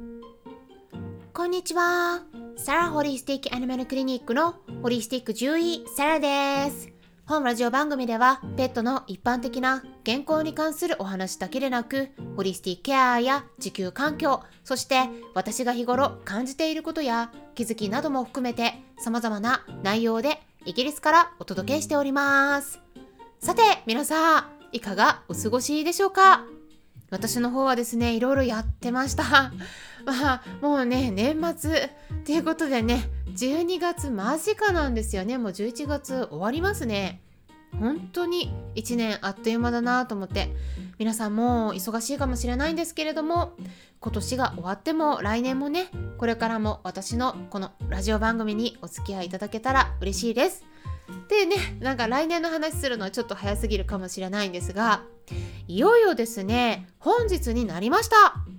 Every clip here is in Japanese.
こんにちは。サラホリスティックアニマルクリニックのホリスティック獣医サラです。本ラジオ番組ではペットの一般的な健康に関するお話だけでなく、ホリスティックケアや地球環境、そして私が日頃感じていることや気づきなども含めて様々な内容でイギリスからお届けしております。さて皆さん、いかがお過ごしでしょうか？私の方はですね、いろいろやってました。もうね、年末っていうことでね、12月間近なんですよね。もう11月終わりますね。本当に1年あっという間だなと思って、皆さんも忙しいかもしれないんですけれども、今年が終わっても来年もね、これからも私のこのラジオ番組にお付き合いいただけたら嬉しいです。でね、なんか来年の話するのはちょっと早すぎるかもしれないんですが、いよいよですね、本日になりました。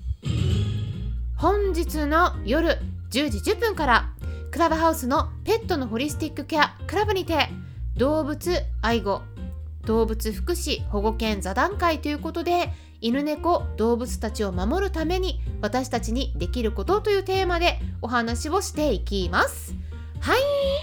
本日の夜10時10分からクラブハウスのペットのホリスティックケアクラブにて動物愛護、動物福祉保護犬座談会ということで、犬猫動物たちを守るために私たちにできることというテーマでお話をしていきます。はい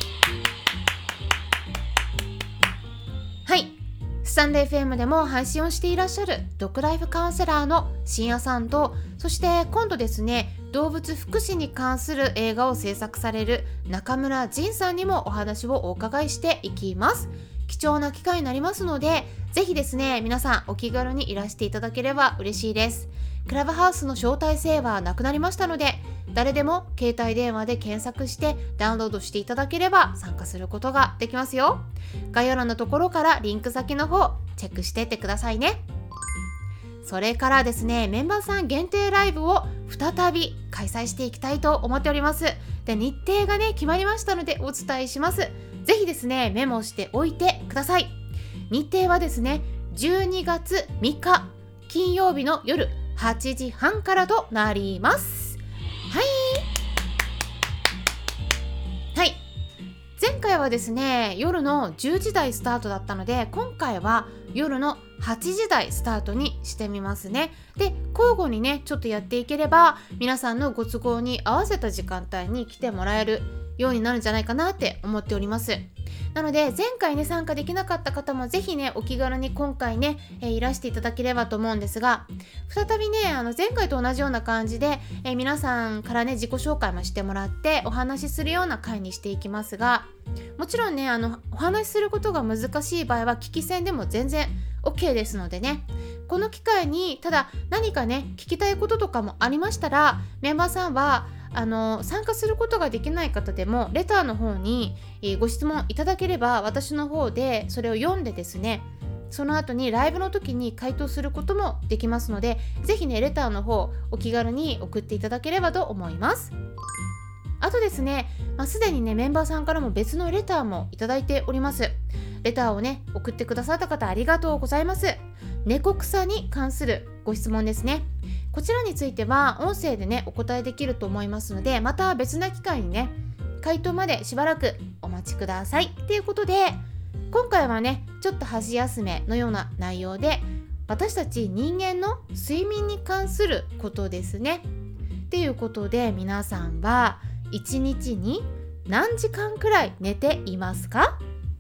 スタンド FM でも配信をしていらっしゃるドッグライフカウンセラーの深夜さんと、そして今度ですね、動物福祉に関する映画を制作される中村仁さんにもお話をお伺いしていきます。貴重な機会になりますので、ぜひですね、皆さんお気軽にいらしていただければ嬉しいです。クラブハウスの招待制はなくなりましたので、誰でも携帯電話で検索してダウンロードしていただければ参加することができますよ。概要欄のところからリンク先の方チェックしてってくださいね。それからですね、メンバーさん限定ライブを再び開催していきたいと思っております。で、日程がね決まりましたのでお伝えします。ぜひですねメモしておいてください。日程はですね、12月3日金曜日の夜8時半からとなります。前回はですね、夜の10時台スタートだったので、今回は夜の8時台スタートにしてみますね。で、交互にねちょっとやっていければ皆さんのご都合に合わせた時間帯に来てもらえるようになるんじゃないかなって思っております。なので前回ね参加できなかった方もぜひねお気軽に今回ね、いらしていただければと思うんですが、再びね前回と同じような感じで、皆さんからね自己紹介もしてもらってお話しするような回にしていきますが、もちろんねお話しすることが難しい場合は聞き戦でも全然 OK ですのでね、この機会にただ何かね聞きたいこととかもありましたら、メンバーさんは参加することができない方でもレターの方にご質問いただければ、私の方でそれを読んでですね、その後にライブの時に回答することもできますので、ぜひねレターの方お気軽に送っていただければと思います。あとですね、すでにねメンバーさんからも別のレターもいただいております。レターをね送ってくださった方ありがとうございます。猫草に関するご質問ですね。こちらについては音声でねお答えできると思いますので、また別な機会にね回答までしばらくお待ちくださいということで、今回はねちょっと箸休めのような内容で、私たち人間の睡眠に関することですね。っていうことで、皆さんは1日に何時間くらい寝ていますか？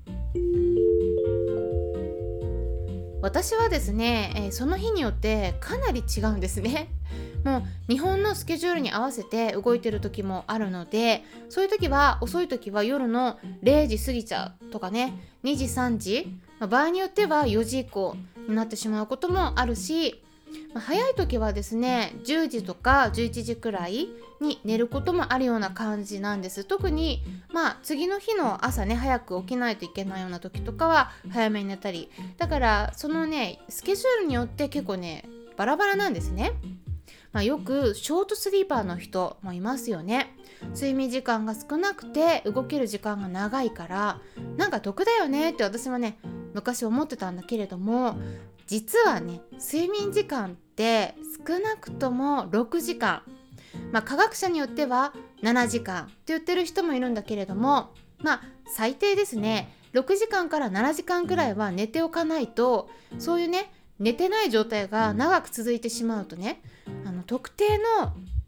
私はですね、その日によってかなり違うんですね。もう日本のスケジュールに合わせて動いてる時もあるので、そういう時は遅い時は夜の0時過ぎちゃうとかね、2時3時、場合によっては4時以降になってしまうこともあるし、早い時はですね10時とか11時くらいに寝ることもあるような感じなんです。特に次の日の朝ね早く起きないといけないような時とかは早めに寝たり、だからそのねスケジュールによって結構ねバラバラなんですね。よくショートスリーパーの人もいますよね。睡眠時間が少なくて動ける時間が長いからなんか得だよねって私はね昔思ってたんだけれども、実はね睡眠時間って少なくとも6時間、科学者によっては7時間って言ってる人もいるんだけれども、最低ですね6時間から7時間くらいは寝ておかないと、そういうね寝てない状態が長く続いてしまうとね、特定の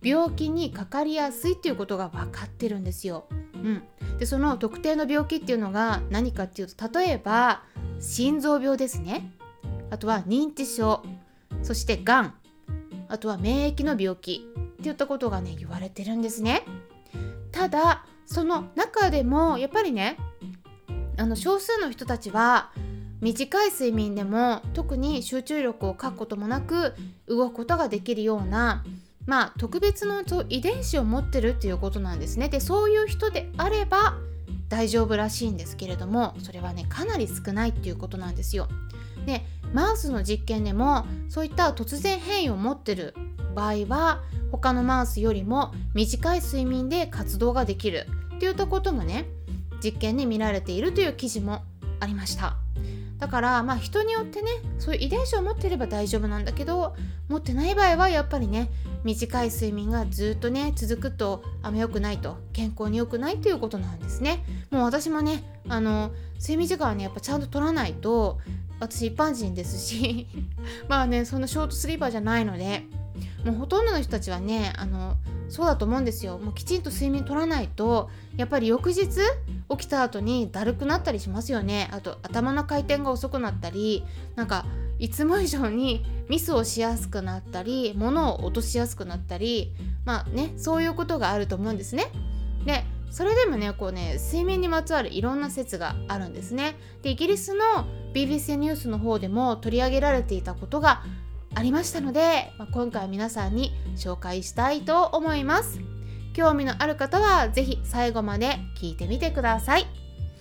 病気にかかりやすいっていうことが分かってるんですよ。でその特定の病気っていうのが何かっていうと、例えば心臓病ですね。あとは認知症、そしてがん、あとは免疫の病気っていったことがね言われてるんですね。ただその中でもやっぱりね、少数の人たちは短い睡眠でも特に集中力を欠くこともなく動くことができるような、特別の遺伝子を持ってるっていうことなんですね。でそういう人であれば大丈夫らしいんですけれども、それはねかなり少ないっていうことなんですよ。でマウスの実験でもそういった突然変異を持ってる場合は他のマウスよりも短い睡眠で活動ができるっていったこともね実験で見られているという記事もありました。だから人によってねそういう遺伝子を持っていれば大丈夫なんだけど、持ってない場合はやっぱりね短い睡眠がずっとね続くとあんま良くないと、健康に良くないということなんですね。もう私もね睡眠時間はねやっぱちゃんと取らないと、私一般人ですしそのショートスリーパーじゃないので、もうほとんどの人たちはねそうだと思うんですよ。もうきちんと睡眠取らないとやっぱり翌日起きた後にだるくなったりしますよね。あと頭の回転が遅くなったり、いつも以上にミスをしやすくなったり、物を落としやすくなったり、そういうことがあると思うんですね。でそれでもね睡眠にまつわるいろんな説があるんですね。でイギリスの BBC ニュースの方でも取り上げられていたことがありましたので、今回は皆さんに紹介したいと思います。興味のある方はぜひ最後まで聞いてみてください。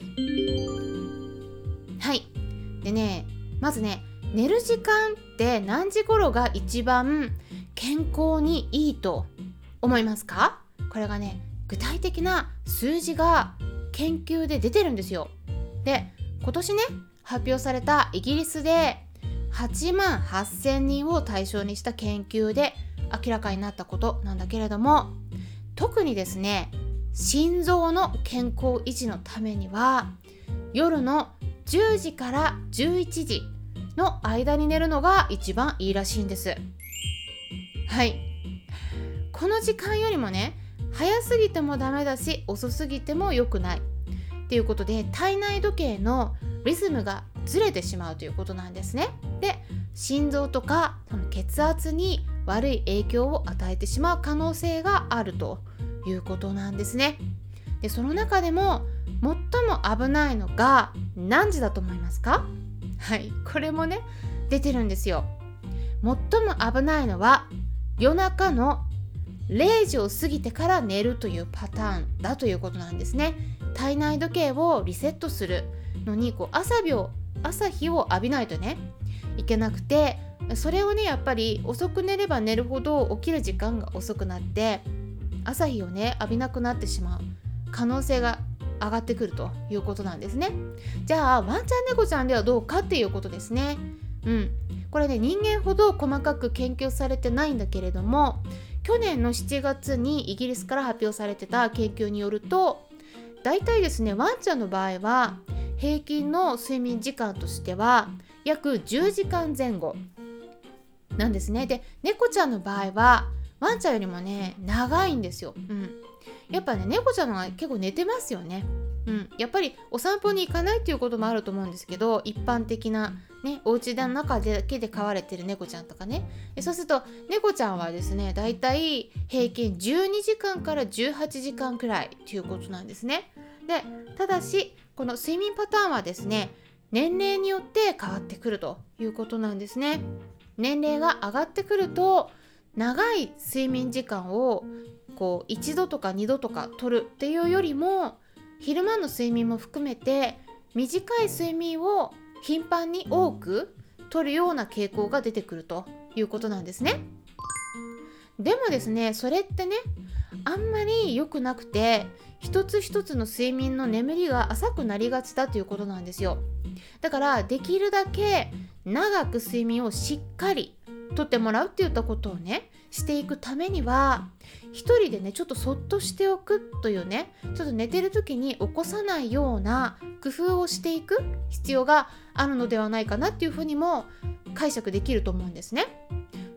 はい。でね、まずね、寝る時間って何時頃が一番健康にいいと思いますか？これがね、具体的な数字が研究で出てるんですよ。で、今年ね、発表されたイギリスで8万8000人を対象にした研究で明らかになったことなんだけれども、特にですね、心臓の健康維持のためには夜の10時から11時の間に寝るのが一番いいらしいんです。はい。この時間よりもね、早すぎてもダメだし遅すぎても良くないっていうことで、体内時計のリズムがずれてしまうということなんですね。で、心臓とかその血圧に悪い影響を与えてしまう可能性があるということなんですね。で、その中でも最も危ないのが何時だと思いますか？はい、これもね出てるんですよ。最も危ないのは夜中の0時を過ぎてから寝るというパターンだということなんですね。体内時計をリセットするのに朝日を浴びないとねいけなくて、それをねやっぱり遅く寝れば寝るほど起きる時間が遅くなって朝日をね浴びなくなってしまう可能性が上がってくるということなんですね。じゃあワンちゃん猫ちゃんではどうかっていうことですね。これね人間ほど細かく研究されてないんだけれども、去年の7月にイギリスから発表されてた研究によると、だいたいですねワンちゃんの場合は平均の睡眠時間としては約10時間前後なんですね。で、猫ちゃんの場合はワンちゃんよりもね長いんですよ。やっぱね猫ちゃんの方が結構寝てますよね。やっぱりお散歩に行かないっていうこともあると思うんですけど、一般的なねお家の中だけで飼われてる猫ちゃんとかね、そうすると猫ちゃんはですねだいたい平均12時間から18時間くらいということなんですね。で、ただしこの睡眠パターンはですね年齢によって変わってくるということなんですね。年齢が上がってくると長い睡眠時間を1度とか2度とか取るっていうよりも、昼間の睡眠も含めて短い睡眠を頻繁に多く取るような傾向が出てくるということなんですね。でもですねそれってねあんまり良くなくて、一つ一つの睡眠の眠りが浅くなりがちだということなんですよ。だからできるだけ長く睡眠をしっかりとってもらうっていったことをねしていくためには、一人でねちょっとそっとしておくというね、ちょっと寝てる時に起こさないような工夫をしていく必要があるのではないかなっていうふうにも解釈できると思うんですね。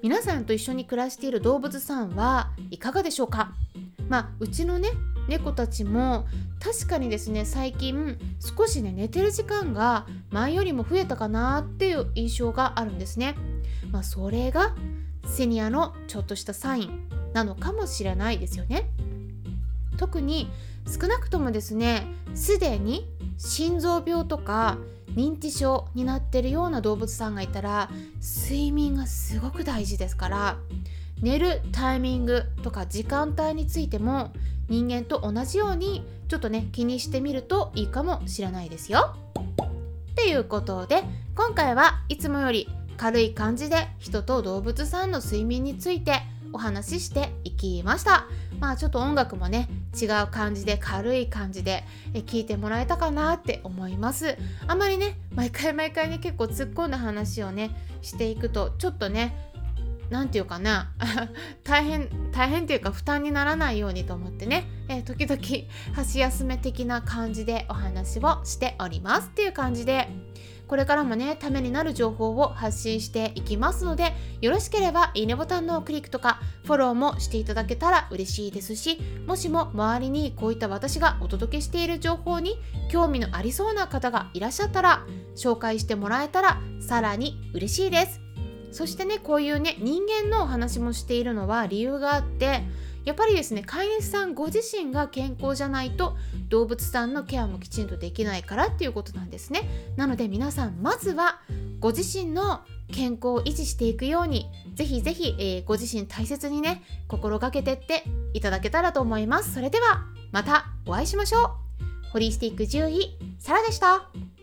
皆さんと一緒に暮らしている動物さんはいかがでしょうか？うちのね猫たちも確かにですね、最近少しね寝てる時間が前よりも増えたかなっていう印象があるんですね。それがセニアのちょっとしたサインなのかもしれないですよね。特に少なくともですね、すでに心臓病とか認知症になってるような動物さんがいたら、睡眠がすごく大事ですから、寝るタイミングとか時間帯についても人間と同じようにちょっとね気にしてみるといいかもしれないですよ。っていうことで、今回はいつもより軽い感じで人と動物さんの睡眠についてお話ししていきました。ちょっと音楽もね違う感じで軽い感じで聞いてもらえたかなって思います。あまりね毎回ね結構突っ込んだ話をねしていくとちょっとねなんていうかな大変っていうか負担にならないようにと思ってね、時々箸休め的な感じでお話をしておりますっていう感じで、これからもねためになる情報を発信していきますので、よろしければいいねボタンのクリックとかフォローもしていただけたら嬉しいですし、もしも周りにこういった私がお届けしている情報に興味のありそうな方がいらっしゃったら紹介してもらえたらさらに嬉しいです。そしてね、こういうね人間のお話もしているのは理由があって、やっぱりですね、飼い主さんご自身が健康じゃないと動物さんのケアもきちんとできないからっていうことなんですね。なので皆さんまずはご自身の健康を維持していくようにぜひご自身大切にね心がけてっていただけたらと思います。それではまたお会いしましょう。ホリスティック獣医サラでした。